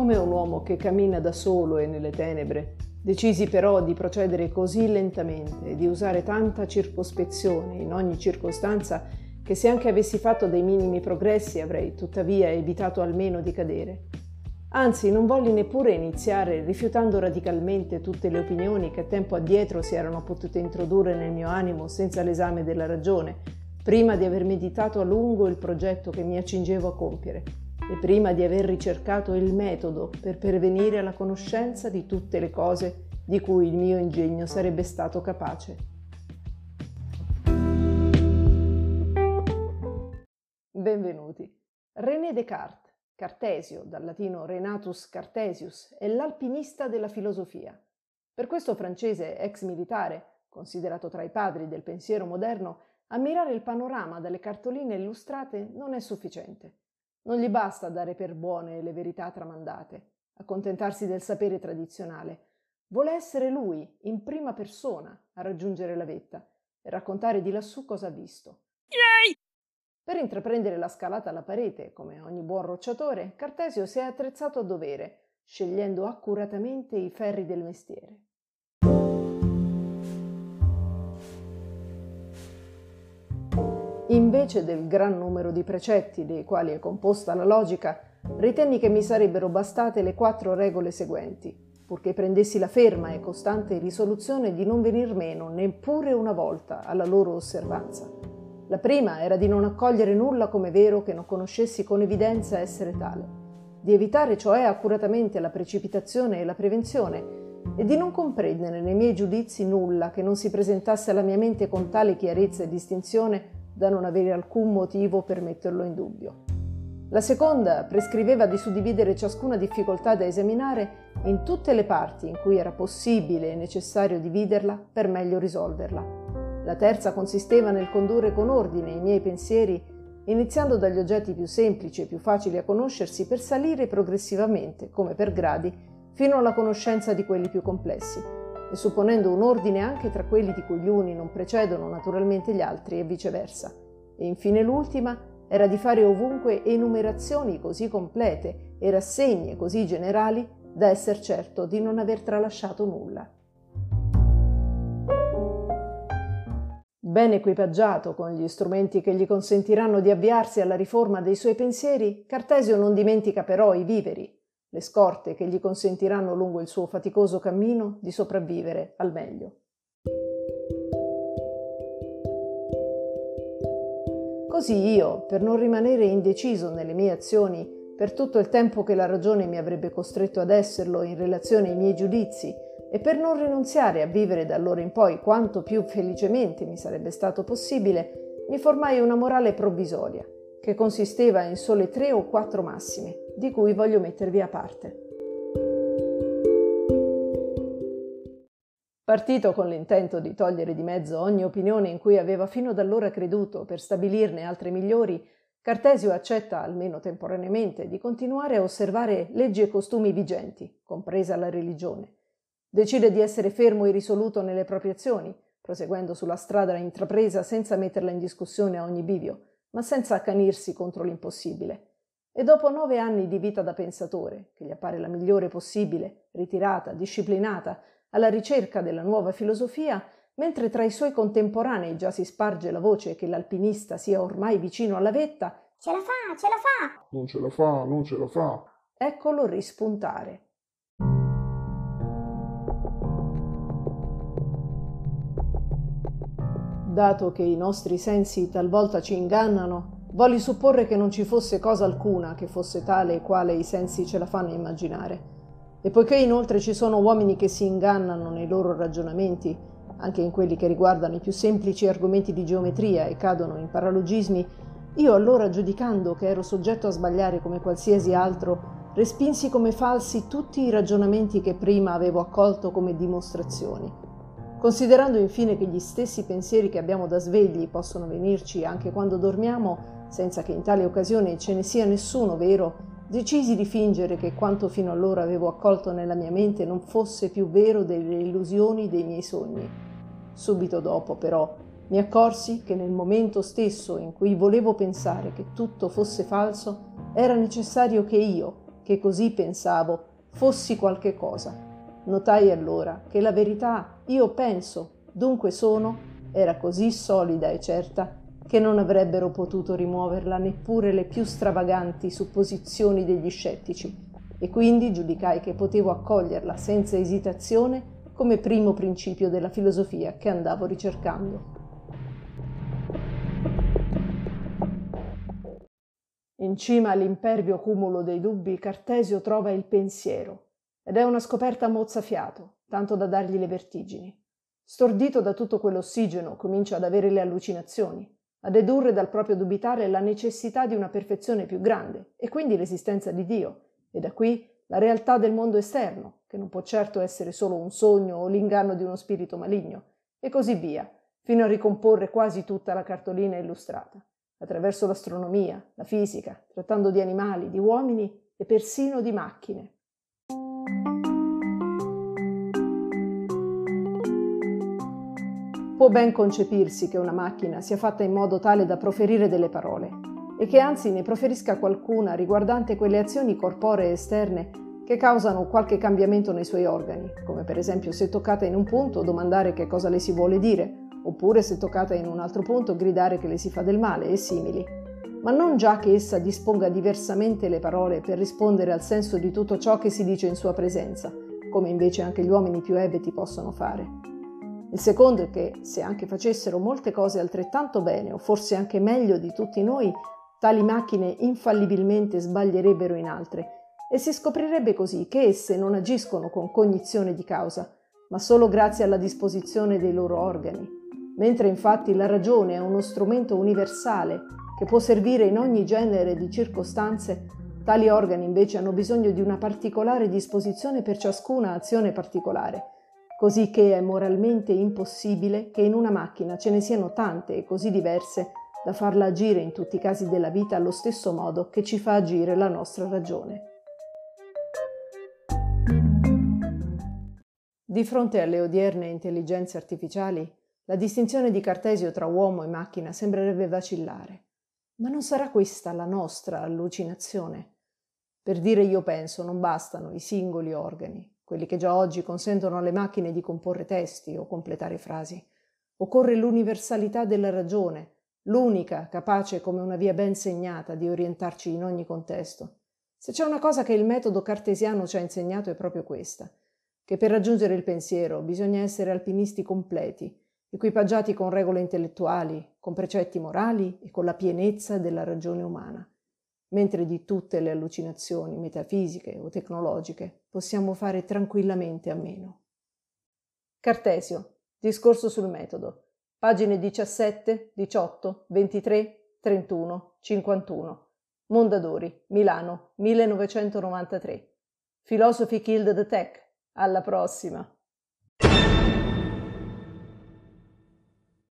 Come un uomo che cammina da solo e nelle tenebre, decisi però di procedere così lentamente e di usare tanta circospezione in ogni circostanza che se anche avessi fatto dei minimi progressi avrei tuttavia evitato almeno di cadere. Anzi, non volli neppure iniziare rifiutando radicalmente tutte le opinioni che tempo addietro si erano potute introdurre nel mio animo senza l'esame della ragione, prima di aver meditato a lungo il progetto che mi accingevo a compiere e prima di aver ricercato il metodo per pervenire alla conoscenza di tutte le cose di cui il mio ingegno sarebbe stato capace. Benvenuti. René Descartes, Cartesio, dal latino Renatus Cartesius, è l'alpinista della filosofia. Per questo francese ex militare, considerato tra i padri del pensiero moderno, ammirare il panorama dalle cartoline illustrate non è sufficiente. Non gli basta dare per buone le verità tramandate, accontentarsi del sapere tradizionale. Vuole essere lui, in prima persona, a raggiungere la vetta e raccontare di lassù cosa ha visto. Yay! Per intraprendere la scalata alla parete, come ogni buon rocciatore, Cartesio si è attrezzato a dovere, scegliendo accuratamente i ferri del mestiere. Invece del gran numero di precetti dei quali è composta la logica, ritenni che mi sarebbero bastate le 4 regole seguenti, purché prendessi la ferma e costante risoluzione di non venir meno neppure una volta alla loro osservanza. La prima era di non accogliere nulla come vero che non conoscessi con evidenza essere tale, di evitare cioè accuratamente la precipitazione e la prevenzione e di non comprendere nei miei giudizi nulla che non si presentasse alla mia mente con tale chiarezza e distinzione da non avere alcun motivo per metterlo in dubbio. La seconda prescriveva di suddividere ciascuna difficoltà da esaminare in tutte le parti in cui era possibile e necessario dividerla per meglio risolverla. La terza consisteva nel condurre con ordine i miei pensieri, iniziando dagli oggetti più semplici e più facili a conoscersi per salire progressivamente, come per gradi, fino alla conoscenza di quelli più complessi, e supponendo un ordine anche tra quelli di cui gli uni non precedono naturalmente gli altri e viceversa. E infine l'ultima era di fare ovunque enumerazioni così complete e rassegne così generali da esser certo di non aver tralasciato nulla. Ben equipaggiato con gli strumenti che gli consentiranno di avviarsi alla riforma dei suoi pensieri, Cartesio non dimentica però i viveri, le scorte che gli consentiranno lungo il suo faticoso cammino di sopravvivere al meglio. Così io, per non rimanere indeciso nelle mie azioni per tutto il tempo che la ragione mi avrebbe costretto ad esserlo in relazione ai miei giudizi e per non rinunziare a vivere da allora in poi quanto più felicemente mi sarebbe stato possibile, mi formai una morale provvisoria, che consisteva in sole 3 o 4 massime, di cui voglio mettervi a parte. Partito con l'intento di togliere di mezzo ogni opinione in cui aveva fino ad allora creduto per stabilirne altre migliori, Cartesio accetta, almeno temporaneamente, di continuare a osservare leggi e costumi vigenti, compresa la religione. Decide di essere fermo e risoluto nelle proprie azioni, proseguendo sulla strada intrapresa senza metterla in discussione a ogni bivio, ma senza accanirsi contro l'impossibile. E dopo 9 anni di vita da pensatore, che gli appare la migliore possibile, ritirata, disciplinata, alla ricerca della nuova filosofia, mentre tra i suoi contemporanei già si sparge la voce che l'alpinista sia ormai vicino alla vetta, ce la fa, ce la fa, non ce la fa, non ce la fa, eccolo rispuntare. Dato che i nostri sensi talvolta ci ingannano, volli supporre che non ci fosse cosa alcuna che fosse tale e quale i sensi ce la fanno immaginare. E poiché inoltre ci sono uomini che si ingannano nei loro ragionamenti, anche in quelli che riguardano i più semplici argomenti di geometria e cadono in paralogismi, io allora, giudicando che ero soggetto a sbagliare come qualsiasi altro, respinsi come falsi tutti i ragionamenti che prima avevo accolto come dimostrazioni. Considerando infine che gli stessi pensieri che abbiamo da svegli possono venirci anche quando dormiamo, senza che in tale occasione ce ne sia nessuno vero, decisi di fingere che quanto fino allora avevo accolto nella mia mente non fosse più vero delle illusioni dei miei sogni. Subito dopo, però, mi accorsi che nel momento stesso in cui volevo pensare che tutto fosse falso, era necessario che io, che così pensavo fossi qualche cosa. Notai allora che la verità io penso, dunque sono, era così solida e certa che non avrebbero potuto rimuoverla neppure le più stravaganti supposizioni degli scettici, e quindi giudicai che potevo accoglierla senza esitazione come primo principio della filosofia che andavo ricercando. In cima all'impervio cumulo dei dubbi, Cartesio trova il pensiero, ed è una scoperta mozzafiato, tanto da dargli le vertigini. Stordito da tutto quell'ossigeno, comincia ad avere le allucinazioni, a dedurre dal proprio dubitare la necessità di una perfezione più grande, e quindi l'esistenza di Dio, e da qui la realtà del mondo esterno, che non può certo essere solo un sogno o l'inganno di uno spirito maligno, e così via, fino a ricomporre quasi tutta la cartolina illustrata, attraverso l'astronomia, la fisica, trattando di animali, di uomini e persino di macchine. Può ben concepirsi che una macchina sia fatta in modo tale da proferire delle parole, e che anzi ne proferisca qualcuna riguardante quelle azioni corporee esterne che causano qualche cambiamento nei suoi organi, come per esempio se toccata in un punto domandare che cosa le si vuole dire, oppure se toccata in un altro punto gridare che le si fa del male e simili, ma non già che essa disponga diversamente le parole per rispondere al senso di tutto ciò che si dice in sua presenza, come invece anche gli uomini più ebeti possono fare. Il secondo è che, se anche facessero molte cose altrettanto bene, o forse anche meglio di tutti noi, tali macchine infallibilmente sbaglierebbero in altre, e si scoprirebbe così che esse non agiscono con cognizione di causa, ma solo grazie alla disposizione dei loro organi, mentre infatti la ragione è uno strumento universale che può servire in ogni genere di circostanze. Tali organi invece hanno bisogno di una particolare disposizione per ciascuna azione particolare, così che è moralmente impossibile che in una macchina ce ne siano tante e così diverse da farla agire in tutti i casi della vita allo stesso modo che ci fa agire la nostra ragione. Di fronte alle odierne intelligenze artificiali, la distinzione di Cartesio tra uomo e macchina sembrerebbe vacillare. Ma non sarà questa la nostra allucinazione? Per dire io penso non bastano i singoli organi, quelli che già oggi consentono alle macchine di comporre testi o completare frasi. Occorre l'universalità della ragione, l'unica capace come una via ben segnata di orientarci in ogni contesto. Se c'è una cosa che il metodo cartesiano ci ha insegnato è proprio questa, che per raggiungere il pensiero bisogna essere alpinisti completi, equipaggiati con regole intellettuali, con precetti morali e con la pienezza della ragione umana, mentre di tutte le allucinazioni metafisiche o tecnologiche possiamo fare tranquillamente a meno. Cartesio, discorso sul metodo, pagine 17, 18, 23, 31, 51. Mondadori, Milano, 1993. Philosophy Killed the Tech. Alla prossima!